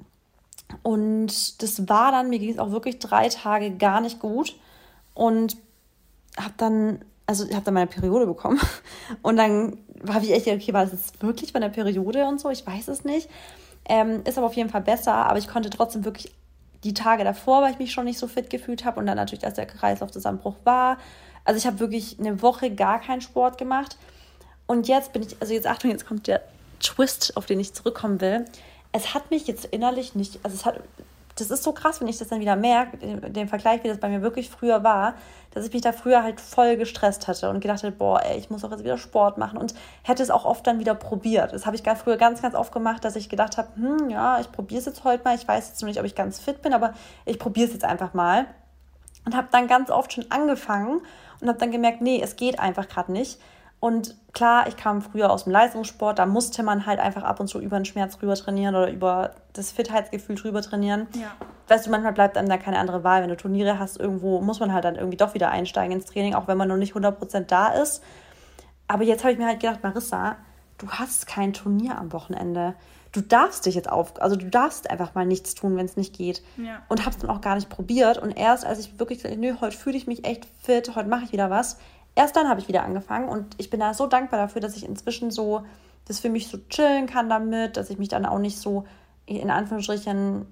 Speaker 2: und das war dann, mir ging es auch wirklich drei Tage gar nicht gut und habe dann, also ich habe dann meine Periode bekommen und dann war ich echt, okay, war das jetzt wirklich bei der Periode und so, ich weiß es nicht, ähm, ist aber auf jeden Fall besser, aber ich konnte trotzdem wirklich die Tage davor, weil ich mich schon nicht so fit gefühlt habe und dann natürlich, als der Kreislaufzusammenbruch war, also ich habe wirklich eine Woche gar keinen Sport gemacht und jetzt bin ich, also jetzt Achtung, jetzt kommt der Twist, auf den ich zurückkommen will. Es hat mich jetzt innerlich nicht, also es hat, das ist so krass, wenn ich das dann wieder merke, den, den Vergleich, wie das bei mir wirklich früher war, dass ich mich da früher halt voll gestresst hatte und gedacht hatte, boah, ey, ich muss doch jetzt wieder Sport machen und hätte es auch oft dann wieder probiert. Das habe ich früher ganz, ganz oft gemacht, dass ich gedacht habe, hm, ja, ich probiere es jetzt heute mal, ich weiß jetzt noch nicht, ob ich ganz fit bin, aber ich probiere es jetzt einfach mal und habe dann ganz oft schon angefangen und habe dann gemerkt, nee, es geht einfach gerade nicht. Und klar, ich kam früher aus dem Leistungssport, da musste man halt einfach ab und zu über den Schmerz drüber trainieren oder über das Fitheitsgefühl drüber trainieren. Ja. Weißt du, manchmal bleibt einem da keine andere Wahl. Wenn du Turniere hast, irgendwo muss man halt dann irgendwie doch wieder einsteigen ins Training, auch wenn man noch nicht hundert Prozent da ist. Aber jetzt habe ich mir halt gedacht, Marissa, du hast kein Turnier am Wochenende. Du darfst dich jetzt auf, also du darfst einfach mal nichts tun, wenn es nicht geht.
Speaker 1: Ja.
Speaker 2: Und habe es dann auch gar nicht probiert. Und erst, als ich wirklich gesagt habe, nö, heute fühle ich mich echt fit, heute mache ich wieder was, erst dann habe ich wieder angefangen. Und ich bin da so dankbar dafür, dass ich inzwischen so, das für mich so chillen kann damit, dass ich mich dann auch nicht so, in Anführungsstrichen,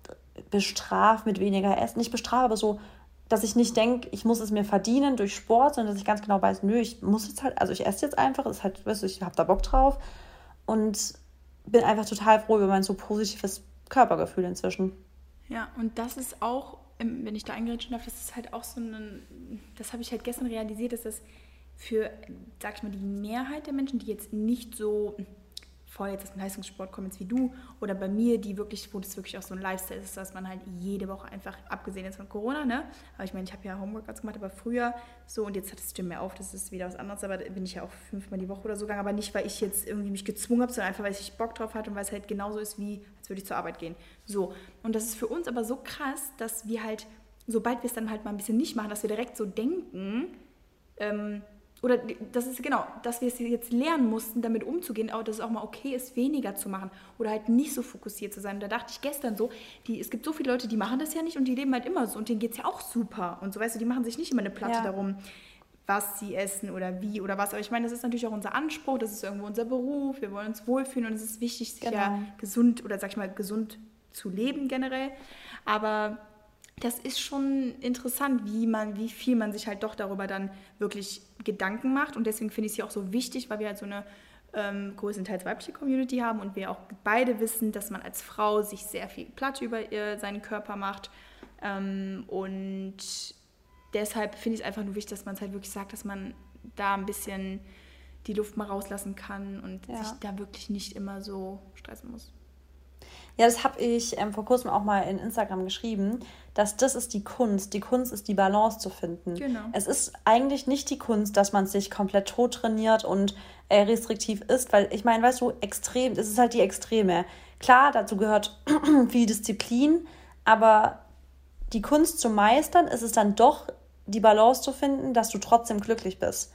Speaker 2: bestrafe mit weniger Essen. Nicht bestrafe, aber so, dass ich nicht denke, ich muss es mir verdienen durch Sport, sondern dass ich ganz genau weiß, nö, ich muss jetzt halt, also ich esse jetzt einfach, ist halt, weißt du, ich habe da Bock drauf. Und bin einfach total froh über mein so positives Körpergefühl inzwischen.
Speaker 1: Ja, und das ist auch, wenn ich da eingrätschen darf, das ist halt auch so ein, das habe ich halt gestern realisiert, dass das für, sag ich mal, die Mehrheit der Menschen, die jetzt nicht so voll jetzt aus dem Leistungssport kommen jetzt wie du oder bei mir, die wirklich, wo das wirklich auch so ein Lifestyle ist, dass man halt jede Woche einfach, abgesehen jetzt von Corona, ne, aber ich meine, ich habe ja Homeworkouts gemacht, aber früher so und jetzt hat das Gym mehr auf, das ist wieder was anderes, aber da bin ich ja auch fünfmal die Woche oder so gegangen, aber nicht, weil ich jetzt irgendwie mich gezwungen habe, sondern einfach, weil ich Bock drauf hatte und weil es halt genauso ist, wie als würde ich zur Arbeit gehen. So, und das ist für uns aber so krass, dass wir halt, sobald wir es dann halt mal ein bisschen nicht machen, dass wir direkt so denken, ähm, oder das ist genau, dass wir es jetzt lernen mussten, damit umzugehen, auch, dass es auch mal okay ist, weniger zu machen oder halt nicht so fokussiert zu sein. Und da dachte ich gestern so, die, es gibt so viele Leute, die machen das ja nicht und die leben halt immer so und denen geht es ja auch super. Und so, weißt du, die machen sich nicht immer eine Platte ja. darum, was sie essen oder wie oder was. Aber ich meine, das ist natürlich auch unser Anspruch, das ist irgendwo unser Beruf, wir wollen uns wohlfühlen und es ist wichtig, sich genau. ja gesund oder sag ich mal gesund zu leben generell. Aber das ist schon interessant, wie man, wie viel man sich halt doch darüber dann wirklich Gedanken macht. Und deswegen finde ich es hier auch so wichtig, weil wir halt so eine ähm, größtenteils weibliche Community haben und wir auch beide wissen, dass man als Frau sich sehr viel Platte über ihr, seinen Körper macht. Ähm, und deshalb finde ich es einfach nur wichtig, dass man es halt wirklich sagt, dass man da ein bisschen die Luft mal rauslassen kann und ja. sich da wirklich nicht immer so stressen muss.
Speaker 2: Ja, das habe ich ähm, vor kurzem auch mal in Instagram geschrieben, dass das ist die Kunst. Die Kunst ist, die Balance zu finden.
Speaker 1: Genau.
Speaker 2: Es ist eigentlich nicht die Kunst, dass man sich komplett tot trainiert und äh, restriktiv isst, weil ich meine, weißt du, extrem, es ist halt die Extreme. Klar, dazu gehört viel Disziplin, aber die Kunst zu meistern, ist es dann doch, die Balance zu finden, dass du trotzdem glücklich bist.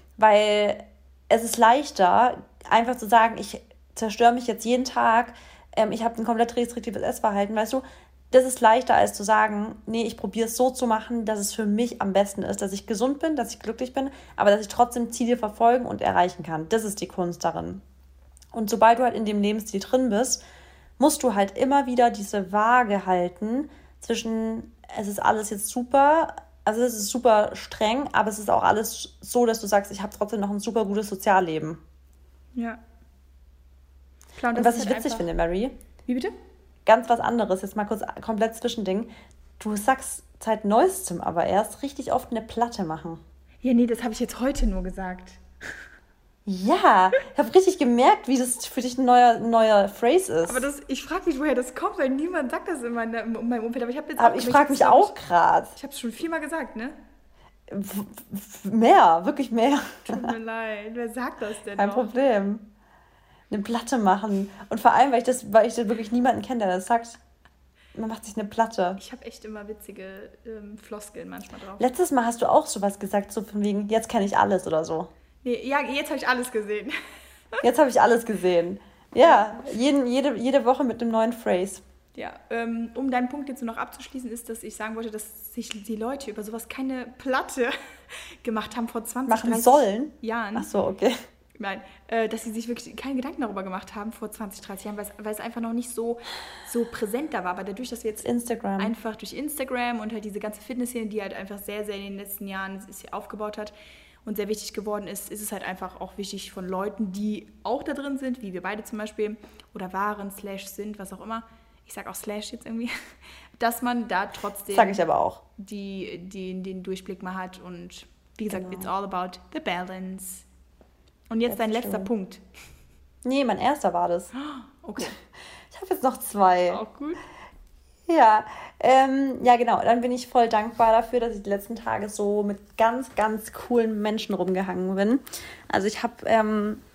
Speaker 2: Weil es ist leichter, einfach zu sagen, ich zerstöre mich jetzt jeden Tag, ich habe ein komplett restriktives Essverhalten, weißt du, das ist leichter als zu sagen, nee, ich probiere es so zu machen, dass es für mich am besten ist, dass ich gesund bin, dass ich glücklich bin, aber dass ich trotzdem Ziele verfolgen und erreichen kann. Das ist die Kunst darin. Und sobald du halt in dem Lebensstil drin bist, musst du halt immer wieder diese Waage halten zwischen, es ist alles jetzt super, also es ist super streng, aber es ist auch alles so, dass du sagst, ich habe trotzdem noch ein super gutes Sozialleben.
Speaker 1: Ja. Klar, und,
Speaker 2: und was ich halt witzig finde, Mary.
Speaker 1: Wie bitte?
Speaker 2: Ganz was anderes, jetzt mal kurz komplett Zwischending. Du sagst seit Neuestem aber erst richtig oft eine Platte machen.
Speaker 1: Ja, nee, das habe ich jetzt heute nur gesagt.
Speaker 2: Ja, ich habe richtig gemerkt, wie das für dich ein neuer, neuer Phrase ist.
Speaker 1: Aber das, ich frage mich, woher das kommt, weil niemand sagt das in meinem, in meinem Umfeld. Aber ich habe jetzt
Speaker 2: aber auch, ich frage mich auch gerade.
Speaker 1: Ich habe es schon viermal gesagt, ne?
Speaker 2: Mehr, wirklich mehr.
Speaker 1: Tut mir leid, wer sagt das denn
Speaker 2: Kein noch? Problem. Eine Platte machen. Und vor allem, weil ich das, weil ich das wirklich niemanden kenne, der das sagt, man macht sich eine Platte.
Speaker 1: Ich habe echt immer witzige ähm, Floskeln manchmal drauf.
Speaker 2: Letztes Mal hast du auch sowas gesagt, so von wegen, jetzt kenne ich alles oder so.
Speaker 1: Nee, ja, jetzt habe ich alles gesehen.
Speaker 2: Jetzt habe ich alles gesehen. Ja, jeden, jede, jede Woche mit einem neuen Phrase.
Speaker 1: Ja, ähm, um deinen Punkt jetzt noch abzuschließen, ist, dass ich sagen wollte, dass sich die Leute über sowas keine Platte gemacht haben vor zwanzig,
Speaker 2: machen sollen?
Speaker 1: Jahren.
Speaker 2: Ach so, okay.
Speaker 1: Nein, äh, dass sie sich wirklich keine Gedanken darüber gemacht haben vor zwanzig, dreißig Jahren, weil es, weil es einfach noch nicht so, so präsent da war. Aber dadurch, dass wir jetzt
Speaker 2: Instagram.
Speaker 1: einfach durch Instagram und halt diese ganze Fitnessszene, die halt einfach sehr, sehr in den letzten Jahren sich aufgebaut hat und sehr wichtig geworden ist, ist es halt einfach auch wichtig von Leuten, die auch da drin sind, wie wir beide zum Beispiel, oder waren, slash sind, was auch immer. Ich sage auch slash jetzt irgendwie, dass man da trotzdem
Speaker 2: sag ich aber auch.
Speaker 1: Die, die, den Durchblick mal hat. Und wie gesagt, genau. It's all about the balance. Und jetzt dein letzter schön. Punkt.
Speaker 2: Nee, mein erster war das.
Speaker 1: Okay.
Speaker 2: Ich habe jetzt noch zwei.
Speaker 1: Auch gut.
Speaker 2: Ja, ähm, ja genau. Dann bin ich voll dankbar dafür, dass ich die letzten Tage so mit ganz, ganz coolen Menschen rumgehangen bin. Also ich habe ähm,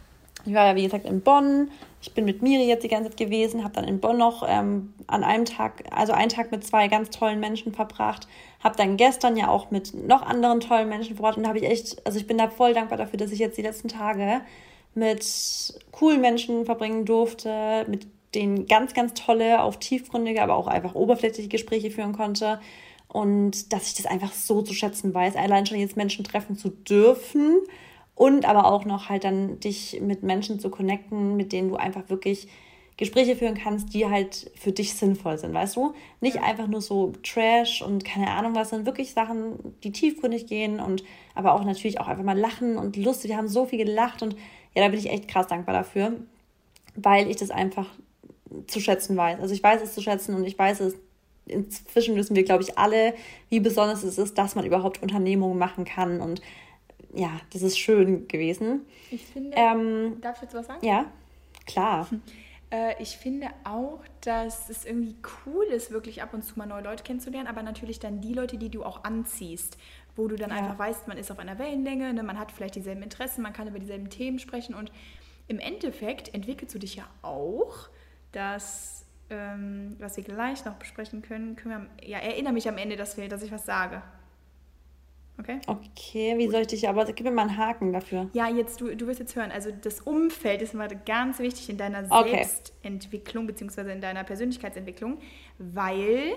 Speaker 2: Ich war ja, wie gesagt, in Bonn. Ich bin mit Miri jetzt die ganze Zeit gewesen, habe dann in Bonn noch ähm, an einem Tag, also einen Tag mit zwei ganz tollen Menschen verbracht. Habe dann gestern ja auch mit noch anderen tollen Menschen verbracht. Und da habe ich echt, also ich bin da voll dankbar dafür, dass ich jetzt die letzten Tage mit coolen Menschen verbringen durfte, mit denen ganz, ganz tolle, auch tiefgründige, aber auch einfach oberflächliche Gespräche führen konnte. Und dass ich das einfach so zu schätzen weiß, allein schon jetzt Menschen treffen zu dürfen. Und aber auch noch halt dann dich mit Menschen zu connecten, mit denen du einfach wirklich Gespräche führen kannst, die halt für dich sinnvoll sind, weißt du? Nicht einfach nur so Trash und keine Ahnung was, sondern wirklich Sachen, die tiefgründig gehen und aber auch natürlich auch einfach mal lachen und lustig. Wir haben so viel gelacht und ja, da bin ich echt krass dankbar dafür, weil ich das einfach zu schätzen weiß. Also ich weiß es zu schätzen und ich weiß es, inzwischen wissen wir, glaube ich, alle, wie besonders es ist, dass man überhaupt Unternehmungen machen kann und ja, das ist schön gewesen.
Speaker 1: Ich finde,
Speaker 2: ähm,
Speaker 1: darf ich jetzt was sagen?
Speaker 2: Ja, klar.
Speaker 1: Äh, ich finde auch, dass es irgendwie cool ist, wirklich ab und zu mal neue Leute kennenzulernen, aber natürlich dann die Leute, die du auch anziehst, wo du dann ja. einfach weißt, man ist auf einer Wellenlänge, ne, man hat vielleicht dieselben Interessen, man kann über dieselben Themen sprechen und im Endeffekt entwickelst du dich ja auch, dass, ähm, was wir gleich noch besprechen können, können wir, ja, erinnere mich am Ende, dass, wir, dass ich was sage. Okay?
Speaker 2: Okay, wie soll ich dich, aber gib mir mal einen Haken dafür.
Speaker 1: Ja, jetzt, du, du wirst jetzt hören, also das Umfeld ist immer ganz wichtig in deiner
Speaker 2: okay.
Speaker 1: Selbstentwicklung beziehungsweise in deiner Persönlichkeitsentwicklung, weil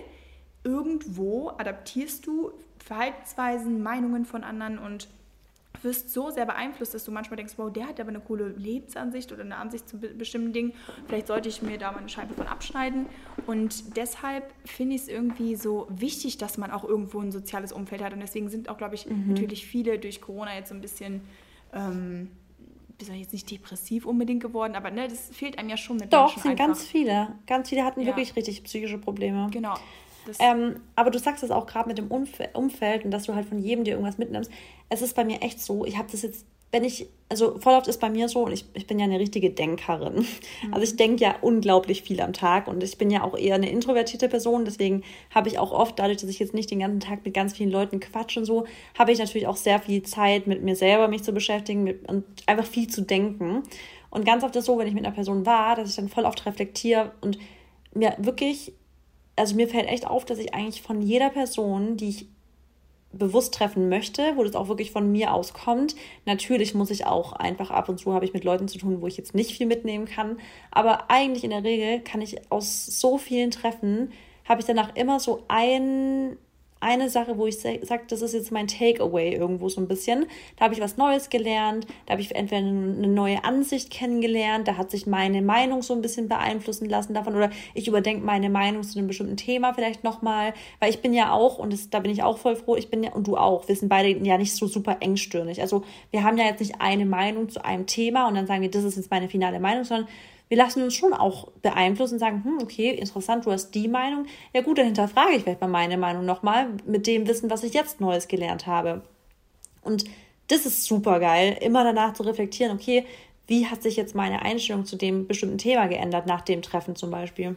Speaker 1: irgendwo adaptierst du Verhaltensweisen, Meinungen von anderen und wirst so sehr beeinflusst, dass du manchmal denkst, wow, der hat aber eine coole Lebensansicht oder eine Ansicht zu bestimmten Dingen. Vielleicht sollte ich mir da mal eine Scheibe von abschneiden. Und deshalb finde ich es irgendwie so wichtig, dass man auch irgendwo ein soziales Umfeld hat. Und deswegen sind auch, glaube ich, mhm. natürlich viele durch Corona jetzt so ein bisschen, ähm, jetzt nicht depressiv unbedingt geworden, aber ne, das fehlt einem ja schon mit
Speaker 2: Doch,
Speaker 1: Menschen
Speaker 2: sind
Speaker 1: einfach.
Speaker 2: ganz viele. Ganz viele hatten
Speaker 1: ja.
Speaker 2: wirklich richtig psychische Probleme.
Speaker 1: Genau.
Speaker 2: Ähm, aber du sagst es auch gerade mit dem Umf- Umfeld und dass du halt von jedem dir irgendwas mitnimmst. Es ist bei mir echt so, ich habe das jetzt, wenn ich, also voll oft ist bei mir so und ich, ich bin ja eine richtige Denkerin. Mhm. Also ich denke ja unglaublich viel am Tag und ich bin ja auch eher eine introvertierte Person, deswegen habe ich auch oft, dadurch, dass ich jetzt nicht den ganzen Tag mit ganz vielen Leuten quatsche und so, habe ich natürlich auch sehr viel Zeit mit mir selber mich zu beschäftigen mit, und einfach viel zu denken. Und ganz oft ist es so, wenn ich mit einer Person war, dass ich dann voll oft reflektiere und mir wirklich, also mir fällt echt auf, dass ich eigentlich von jeder Person, die ich bewusst treffen möchte, wo das auch wirklich von mir aus kommt. Natürlich muss ich auch einfach ab und zu habe ich mit Leuten zu tun, wo ich jetzt nicht viel mitnehmen kann. Aber eigentlich in der Regel kann ich aus so vielen Treffen, habe ich danach immer so ein, eine Sache, wo ich sage, das ist jetzt mein Takeaway irgendwo so ein bisschen. Da habe ich was Neues gelernt, da habe ich entweder eine neue Ansicht kennengelernt, da hat sich meine Meinung so ein bisschen beeinflussen lassen davon oder ich überdenke meine Meinung zu einem bestimmten Thema vielleicht nochmal, weil ich bin ja auch, und das, da bin ich auch voll froh, ich bin ja, und du auch, wir sind beide ja nicht so super engstirnig. Also wir haben ja jetzt nicht eine Meinung zu einem Thema und dann sagen wir, das ist jetzt meine finale Meinung, sondern wir lassen uns schon auch beeinflussen und sagen, hm, okay, interessant, du hast die Meinung. Ja gut, dann hinterfrage ich vielleicht mal meine Meinung nochmal mit dem Wissen, was ich jetzt Neues gelernt habe. Und das ist super geil, immer danach zu reflektieren, okay, wie hat sich jetzt meine Einstellung zu dem bestimmten Thema geändert, nach dem Treffen zum Beispiel.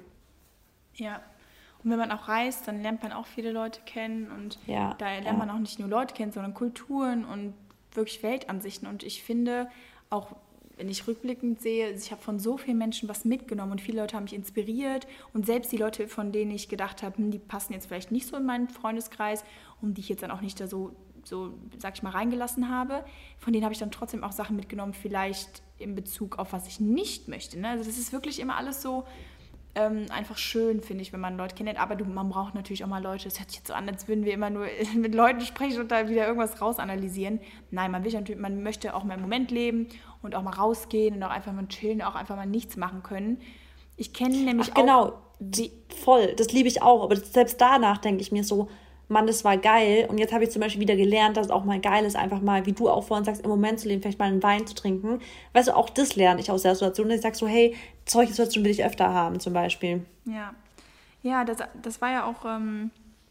Speaker 1: Ja, und wenn man auch reist, dann lernt man auch viele Leute kennen und
Speaker 2: ja,
Speaker 1: da lernt
Speaker 2: ja.
Speaker 1: man auch nicht nur Leute kennen, sondern Kulturen und wirklich Weltansichten. Und ich finde auch, wenn ich rückblickend sehe, ich habe von so vielen Menschen was mitgenommen und viele Leute haben mich inspiriert und selbst die Leute, von denen ich gedacht habe, hm, die passen jetzt vielleicht nicht so in meinen Freundeskreis und die ich jetzt dann auch nicht da so, so, sag ich mal, reingelassen habe, von denen habe ich dann trotzdem auch Sachen mitgenommen, vielleicht in Bezug auf was ich nicht möchte. Ne? Also das ist wirklich immer alles so ähm, einfach schön, finde ich, wenn man Leute kennt, aber du, man braucht natürlich auch mal Leute, das hört sich jetzt so an, als würden wir immer nur mit Leuten sprechen und da wieder irgendwas rausanalysieren. Nein, man will natürlich, man möchte auch mal im Moment leben und auch mal rausgehen und auch einfach mal chillen, auch einfach mal nichts machen können. Ich kenne nämlich
Speaker 2: Ach, genau,
Speaker 1: auch...
Speaker 2: Genau, voll, das liebe ich auch, aber selbst danach denke ich mir so, Mann, das war geil und jetzt habe ich zum Beispiel wieder gelernt, dass es auch mal geil ist, einfach mal, wie du auch vorhin sagst, im Moment zu leben, vielleicht mal einen Wein zu trinken. Weißt du, auch das lerne ich aus der Situation, dass ich sage so, hey, solche Situationen will ich öfter haben zum Beispiel.
Speaker 1: Ja, ja, das, das war ja auch ähm,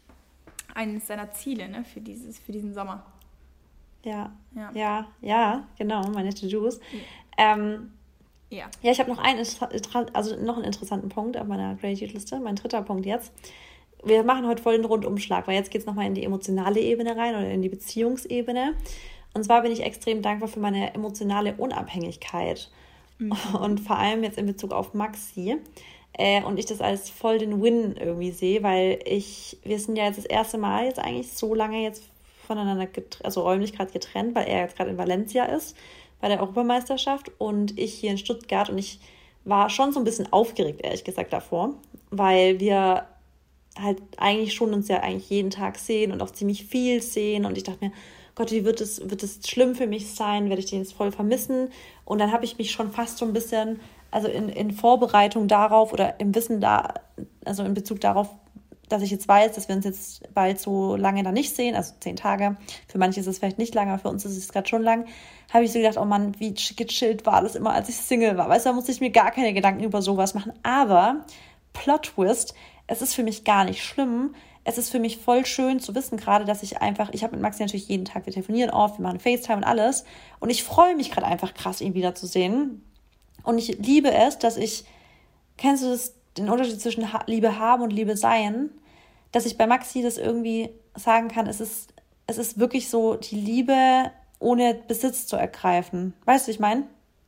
Speaker 1: eines deiner Ziele, ne, für, dieses, für diesen Sommer.
Speaker 2: Ja, ja, ja, ja genau, meine To-Dos. Ja, ähm,
Speaker 1: ja.
Speaker 2: ja ich habe noch einen, also noch einen interessanten Punkt auf meiner Gratitude-Liste, mein dritter Punkt jetzt. Wir machen heute voll den Rundumschlag, weil jetzt geht es nochmal in die emotionale Ebene rein oder in die Beziehungsebene. Und zwar bin ich extrem dankbar für meine emotionale Unabhängigkeit. Mhm. Und vor allem jetzt in Bezug auf Maxi. Äh, und ich das als voll den Win irgendwie sehe, weil ich, wir sind ja jetzt das erste Mal jetzt eigentlich so lange jetzt voneinander, getrennt, also räumlich gerade getrennt, weil er jetzt gerade in Valencia ist, bei der Europameisterschaft und ich hier in Stuttgart und ich war schon so ein bisschen aufgeregt, ehrlich gesagt, davor, weil wir halt eigentlich schon uns ja eigentlich jeden Tag sehen und auch ziemlich viel sehen und ich dachte mir, Gott, wie wird es, wird es schlimm für mich sein, werde ich den jetzt voll vermissen und dann habe ich mich schon fast so ein bisschen, also in, in Vorbereitung darauf oder im Wissen da, also in Bezug darauf, dass ich jetzt weiß, dass wir uns jetzt bald so lange dann nicht sehen, also zehn Tage, für manche ist es vielleicht nicht lang, aber für uns ist es gerade schon lang, habe ich so gedacht, oh Mann, wie gechillt war das immer, als ich Single war, weißt du, da musste ich mir gar keine Gedanken über sowas machen, aber Plot-Twist, es ist für mich gar nicht schlimm, es ist für mich voll schön zu wissen gerade, dass ich einfach, ich habe mit Maxi natürlich jeden Tag, wir telefonieren oft, wir machen FaceTime und alles und ich freue mich gerade einfach krass, ihn wiederzusehen und ich liebe es, dass ich, kennst du das, den Unterschied zwischen Liebe haben und Liebe sein, dass ich bei Maxi das irgendwie sagen kann, es ist, es ist wirklich so die Liebe ohne Besitz zu ergreifen. Weißt du, was ich meine?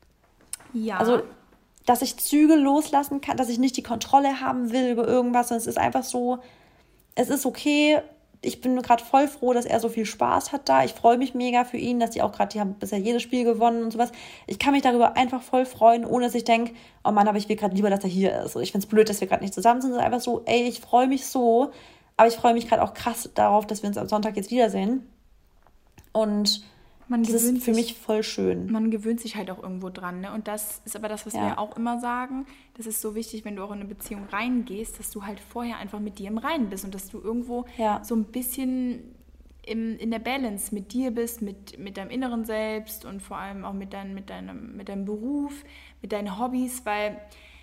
Speaker 2: Ja. Also, dass ich Zügel loslassen kann, dass ich nicht die Kontrolle haben will über irgendwas, sondern es ist einfach so, es ist okay, ich bin gerade voll froh, dass er so viel Spaß hat da. Ich freue mich mega für ihn, dass die auch gerade, die haben bisher jedes Spiel gewonnen und sowas. Ich kann mich darüber einfach voll freuen, ohne dass ich denke, oh Mann, aber ich will gerade lieber, dass er hier ist. Und ich finde es blöd, dass wir gerade nicht zusammen sind. Es ist einfach so, ey, ich freue mich so, aber ich freue mich gerade auch krass darauf, dass wir uns am Sonntag jetzt wiedersehen. Und man das ist für mich voll schön.
Speaker 1: Man gewöhnt sich halt auch irgendwo dran, ne? Und das ist aber das, was ja. wir auch immer sagen. Das ist so wichtig, wenn du auch in eine Beziehung reingehst, dass du halt vorher einfach mit dir im Reinen bist und dass du irgendwo ja. so ein bisschen im, in der Balance mit dir bist, mit, mit deinem inneren Selbst und vor allem auch mit, dein, mit, deinem, mit deinem Beruf, mit deinen Hobbys, weil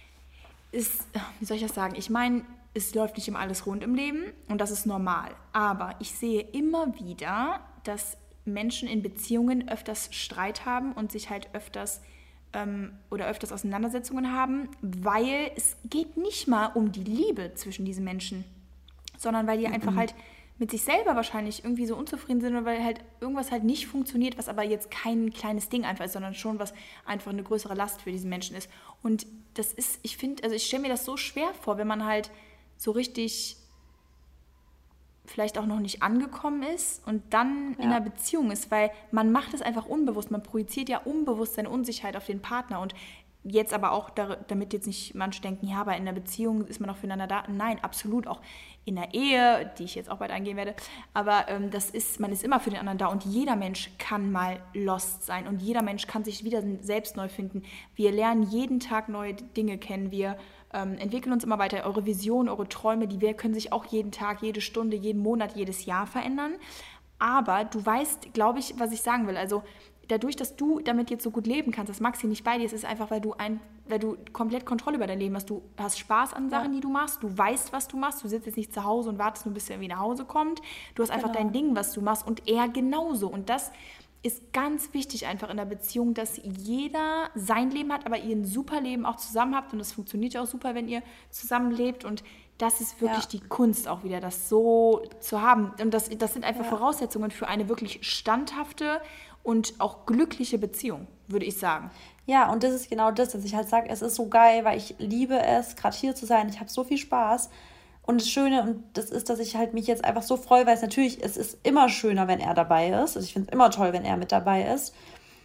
Speaker 1: es, wie soll ich das sagen, ich meine, es läuft nicht immer alles rund im Leben und das ist normal. Aber ich sehe immer wieder, dass Menschen in Beziehungen öfters Streit haben und sich halt öfters ähm, oder öfters Auseinandersetzungen haben, weil es geht nicht mal um die Liebe zwischen diesen Menschen, sondern weil die mhm. einfach halt mit sich selber wahrscheinlich irgendwie so unzufrieden sind oder weil halt irgendwas halt nicht funktioniert, was aber jetzt kein kleines Ding einfach ist, sondern schon was einfach eine größere Last für diesen Menschen ist. Und das ist, ich finde, also ich stelle mir das so schwer vor, wenn man halt so richtig vielleicht auch noch nicht angekommen ist und dann ja. in einer Beziehung ist, weil man macht es einfach unbewusst, man projiziert ja unbewusst seine Unsicherheit auf den Partner und jetzt aber auch, damit jetzt nicht manche denken, ja, aber in einer Beziehung ist man auch füreinander da. Nein, absolut, auch in der Ehe, die ich jetzt auch bald eingehen werde, aber ähm, das ist, man ist immer für den anderen da und jeder Mensch kann mal lost sein und jeder Mensch kann sich wieder selbst neu finden. Wir lernen jeden Tag neue Dinge kennen, wir ähm, entwickeln uns immer weiter. Eure Visionen, eure Träume, die wir können sich auch jeden Tag, jede Stunde, jeden Monat, jedes Jahr verändern. Aber du weißt, glaube ich, was ich sagen will. Also dadurch, dass du damit jetzt so gut leben kannst, dass Maxi nicht bei dir ist, ist einfach, weil du ein, weil du komplett Kontrolle über dein Leben hast. Du hast Spaß an Sachen, ja. die du machst. Du weißt, was du machst. Du sitzt jetzt nicht zu Hause und wartest nur, bis er irgendwie nach Hause kommt. Du hast einfach genau. dein Ding, was du machst und er genauso. Und das ist ganz wichtig einfach in der Beziehung, dass jeder sein Leben hat, aber ihr ein super Leben auch zusammen habt und das funktioniert ja auch super, wenn ihr zusammenlebt und das ist wirklich ja. die Kunst auch wieder, das so zu haben und das, das sind einfach ja. Voraussetzungen für eine wirklich standhafte und auch glückliche Beziehung, würde ich sagen.
Speaker 2: Ja, und das ist genau das, dass ich halt sage, es ist so geil, weil ich liebe es, gerade hier zu sein, ich habe so viel Spaß. Und das Schöne, und das ist, dass ich halt mich jetzt einfach so freue, weil es natürlich, es ist immer schöner, wenn er dabei ist. Also ich finde es immer toll, wenn er mit dabei ist.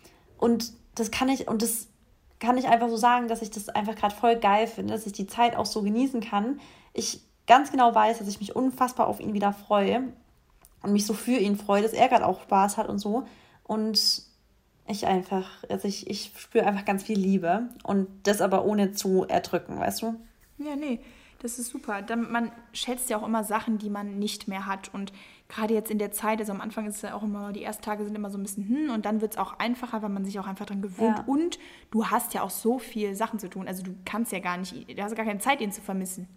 Speaker 2: Und das kann ich, und das kann ich einfach so sagen, dass ich das einfach gerade voll geil finde, dass ich die Zeit auch so genießen kann. Ich ganz genau weiß, dass ich mich unfassbar auf ihn wieder freue und mich so für ihn freue, dass er gerade auch Spaß hat und so. Und ich einfach, also ich, ich spüre einfach ganz viel Liebe und das aber ohne zu erdrücken, weißt du?
Speaker 1: Ja, nee. Das ist super. Dann, man schätzt ja auch immer Sachen, die man nicht mehr hat. Und gerade jetzt in der Zeit, also am Anfang ist es ja auch immer, die ersten Tage sind immer so ein bisschen hm und dann wird es auch einfacher, weil man sich auch einfach dran gewöhnt. Ja. Und du hast ja auch so viele Sachen zu tun. Also du kannst ja gar nicht, du hast gar keine Zeit, ihn zu vermissen.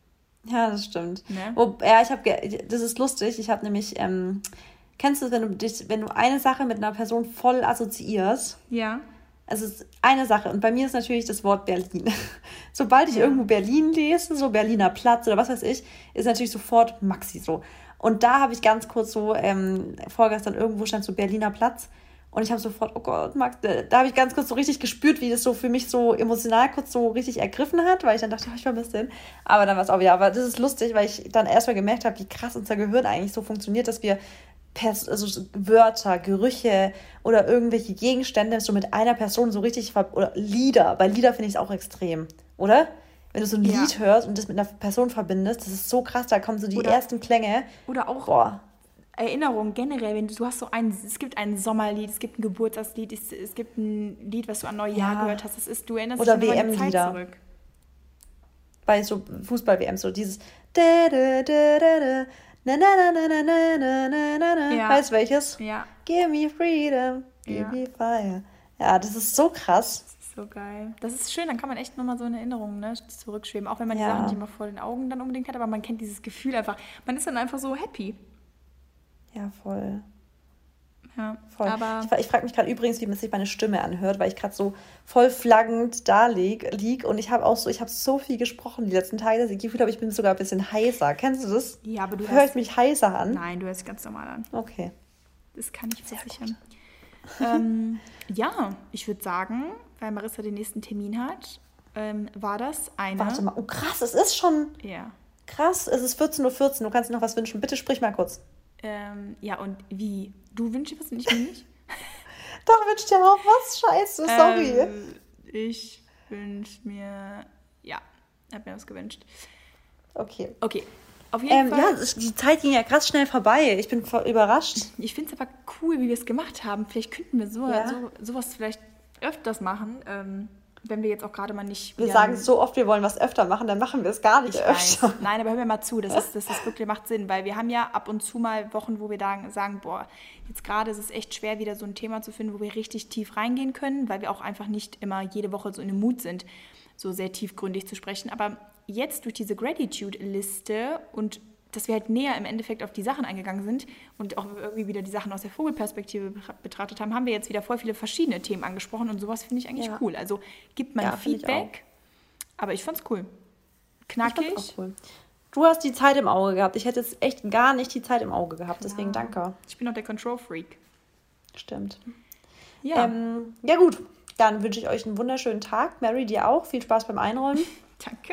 Speaker 2: Ja, das stimmt. Ne? Oh, ja, ich habe, das ist lustig. Ich habe nämlich, ähm, kennst du, wenn du dich, wenn du eine Sache mit einer Person voll assoziierst? Ja. Also es ist eine Sache. Und bei mir ist natürlich das Wort Berlin. Sobald ich ja. irgendwo Berlin lese, so Berliner Platz oder was weiß ich, ist natürlich sofort Maxi so. Und da habe ich ganz kurz so, ähm, vorgestern irgendwo stand so Berliner Platz. Und ich habe sofort, oh Gott, Max, da, da habe ich ganz kurz so richtig gespürt, wie das so für mich so emotional kurz so richtig ergriffen hat, weil ich dann dachte, oh, ich vermisse den. Aber dann war es auch wieder. Aber das ist lustig, weil ich dann erstmal gemerkt habe, wie krass unser Gehirn eigentlich so funktioniert, dass wir Pers- also Wörter, Gerüche oder irgendwelche Gegenstände so mit einer Person so richtig, ver- oder Lieder, bei Lieder finde ich es auch extrem, oder? Wenn du so ein
Speaker 1: Ja.
Speaker 2: Lied hörst und das mit einer Person verbindest, das ist so krass, da kommen so die
Speaker 1: Oder-
Speaker 2: ersten Klänge.
Speaker 1: Oder auch
Speaker 2: Boah.
Speaker 1: Erinnerung generell, wenn du, du hast so ein, es gibt ein Sommerlied, es gibt ein Geburtstagslied, es, es gibt ein Lied, was du an Neujahr
Speaker 2: Ja.
Speaker 1: gehört hast. Das ist, du erinnerst
Speaker 2: Oder
Speaker 1: dich schon immer an die Zeit
Speaker 2: W M-Lieder.
Speaker 1: zurück.
Speaker 2: Bei so Fußball-W M, so dieses da, da, da, da, da, na, na, na, na, na, na, na, na, na.
Speaker 1: Ja.
Speaker 2: Weißt du welches?
Speaker 1: Ja,
Speaker 2: Give me freedom, give
Speaker 1: Ja.
Speaker 2: me fire. Ja, das ist so krass.
Speaker 1: das ist so geil. Das ist schön, dann kann man echt nochmal so in Erinnerungen, ne, zurückschweben. Auch wenn man die
Speaker 2: Ja.
Speaker 1: Sachen nicht immer vor den Augen dann unbedingt hat, aber man kennt dieses Gefühl einfach. Man ist dann einfach so happy.
Speaker 2: Ja, voll.
Speaker 1: Ja,
Speaker 2: voll.
Speaker 1: aber
Speaker 2: ich ich frage mich gerade übrigens, wie man sich meine Stimme anhört, weil ich gerade so voll flaggend da lieg, lieg und ich habe auch so, ich habe so viel gesprochen die letzten Tage, dass ich das Gefühl habe, ich bin sogar ein bisschen heiser. Kennst du das?
Speaker 1: ja, aber du
Speaker 2: Hört
Speaker 1: hörst,
Speaker 2: mich heiser an?
Speaker 1: nein, du hörst dich ganz normal an.
Speaker 2: Okay.
Speaker 1: Das kann ich versichern. Ähm, ja, ich würde sagen, weil Marissa den nächsten Termin hat, ähm, war das eine.
Speaker 2: Warte mal. Oh, krass, es ist schon
Speaker 1: Ja.
Speaker 2: krass. Es ist vierzehn Uhr vierzehn. Du kannst dir noch was wünschen. Bitte sprich mal kurz.
Speaker 1: Ähm, ja, und wie? Du wünschst dir was und ich mir nicht?
Speaker 2: Doch, wünsch dir auch was. Scheiße, sorry.
Speaker 1: Ähm, ich wünsche mir. Ja, hab mir was gewünscht.
Speaker 2: Okay.
Speaker 1: Okay, auf jeden
Speaker 2: Ähm,
Speaker 1: Fall.
Speaker 2: ja, es- die Zeit ging ja krass schnell vorbei. Ich bin voll überrascht.
Speaker 1: Ich finde es aber cool, wie wir es gemacht haben. Vielleicht könnten wir so,
Speaker 2: Ja.
Speaker 1: so, sowas vielleicht öfters machen, ähm, wenn wir jetzt auch gerade mal nicht.
Speaker 2: Wir
Speaker 1: wieder-
Speaker 2: sagen so oft, wir wollen was öfter machen, dann machen wir es gar nicht
Speaker 1: Ich weiß.
Speaker 2: öfter.
Speaker 1: Nein, aber hör mir mal zu, das ist, das ist wirklich, macht Sinn, weil wir haben ja ab und zu mal Wochen, wo wir sagen, sagen, boah, jetzt gerade ist es echt schwer, wieder so ein Thema zu finden, wo wir richtig tief reingehen können, weil wir auch einfach nicht immer jede Woche so in dem Mut sind, so sehr tiefgründig zu sprechen. Aber jetzt durch diese Gratitude-Liste und dass wir halt näher im Endeffekt auf die Sachen eingegangen sind und auch irgendwie wieder die Sachen aus der Vogelperspektive betra- betrachtet haben, haben wir jetzt wieder voll viele verschiedene Themen angesprochen und sowas finde ich eigentlich
Speaker 2: Ja.
Speaker 1: cool. Also gibt mal
Speaker 2: Ja, find ich
Speaker 1: Feedback, aber ich fand's cool.
Speaker 2: Ich
Speaker 1: Knackig.
Speaker 2: fand's auch cool. Du hast die Zeit im Auge gehabt. Ich hätte jetzt echt gar nicht die Zeit im Auge gehabt. Deswegen
Speaker 1: Ja.
Speaker 2: danke.
Speaker 1: Ich bin auch der Control-Freak.
Speaker 2: Stimmt.
Speaker 1: Ja,
Speaker 2: Ähm, ja gut, dann wünsche ich euch einen wunderschönen Tag. Mary, dir auch. Viel Spaß beim Einräumen.
Speaker 1: danke.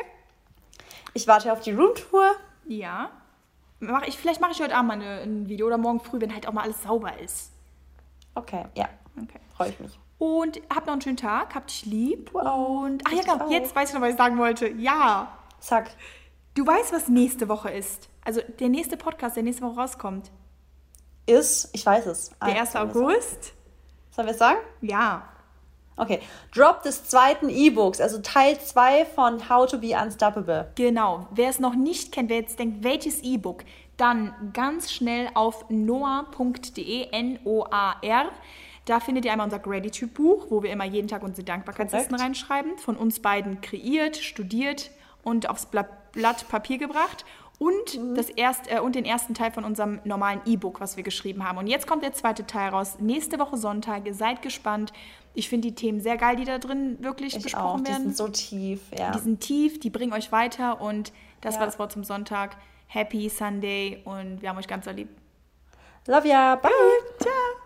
Speaker 2: Ich warte auf die Roomtour.
Speaker 1: Ja. Mach ich, vielleicht mache ich heute Abend mal eine, ein Video oder morgen früh, wenn halt auch mal alles sauber ist.
Speaker 2: Okay, ja,
Speaker 1: Okay.
Speaker 2: freue ich mich.
Speaker 1: Und habt noch einen schönen Tag, habt dich lieb.
Speaker 2: Du auch.
Speaker 1: Und ach ja,
Speaker 2: Ich
Speaker 1: genau,
Speaker 2: auch.
Speaker 1: jetzt weiß ich noch, was ich sagen wollte. Ja.
Speaker 2: Zack.
Speaker 1: Du weißt, was nächste Woche ist. Also der nächste Podcast, der nächste Woche rauskommt.
Speaker 2: Ist, ich weiß es. Ah,
Speaker 1: Der erste
Speaker 2: sollen wir es-
Speaker 1: August.
Speaker 2: Sollen wir es sagen?
Speaker 1: Ja.
Speaker 2: Okay. Drop des zweiten E-Books, also Teil zwei von How to be Unstoppable.
Speaker 1: Genau. Wer es noch nicht kennt, wer jetzt denkt, welches E-Book, dann ganz schnell auf noar punkt de, N O A R. Da findet ihr einmal unser Gratitude-Buch, wo wir immer jeden Tag unsere Dankbarkeitslisten
Speaker 2: Korrekt.
Speaker 1: reinschreiben. Von uns beiden kreiert, studiert und aufs Blatt, Blatt Papier gebracht. Und,
Speaker 2: Mhm.
Speaker 1: das erst, äh, und den ersten Teil von unserem normalen E-Book, was wir geschrieben haben. Und jetzt kommt der zweite Teil raus. Nächste Woche Sonntag. Seid gespannt. Ich finde die Themen sehr geil, die da drin wirklich
Speaker 2: Ich
Speaker 1: besprochen
Speaker 2: auch, die
Speaker 1: werden.
Speaker 2: sind so tief, ja.
Speaker 1: Die sind tief, die bringen euch weiter. Und das
Speaker 2: Ja.
Speaker 1: war das Wort zum Sonntag. Happy Sunday und wir haben euch ganz so lieb.
Speaker 2: Love ya, bye.
Speaker 1: Ciao.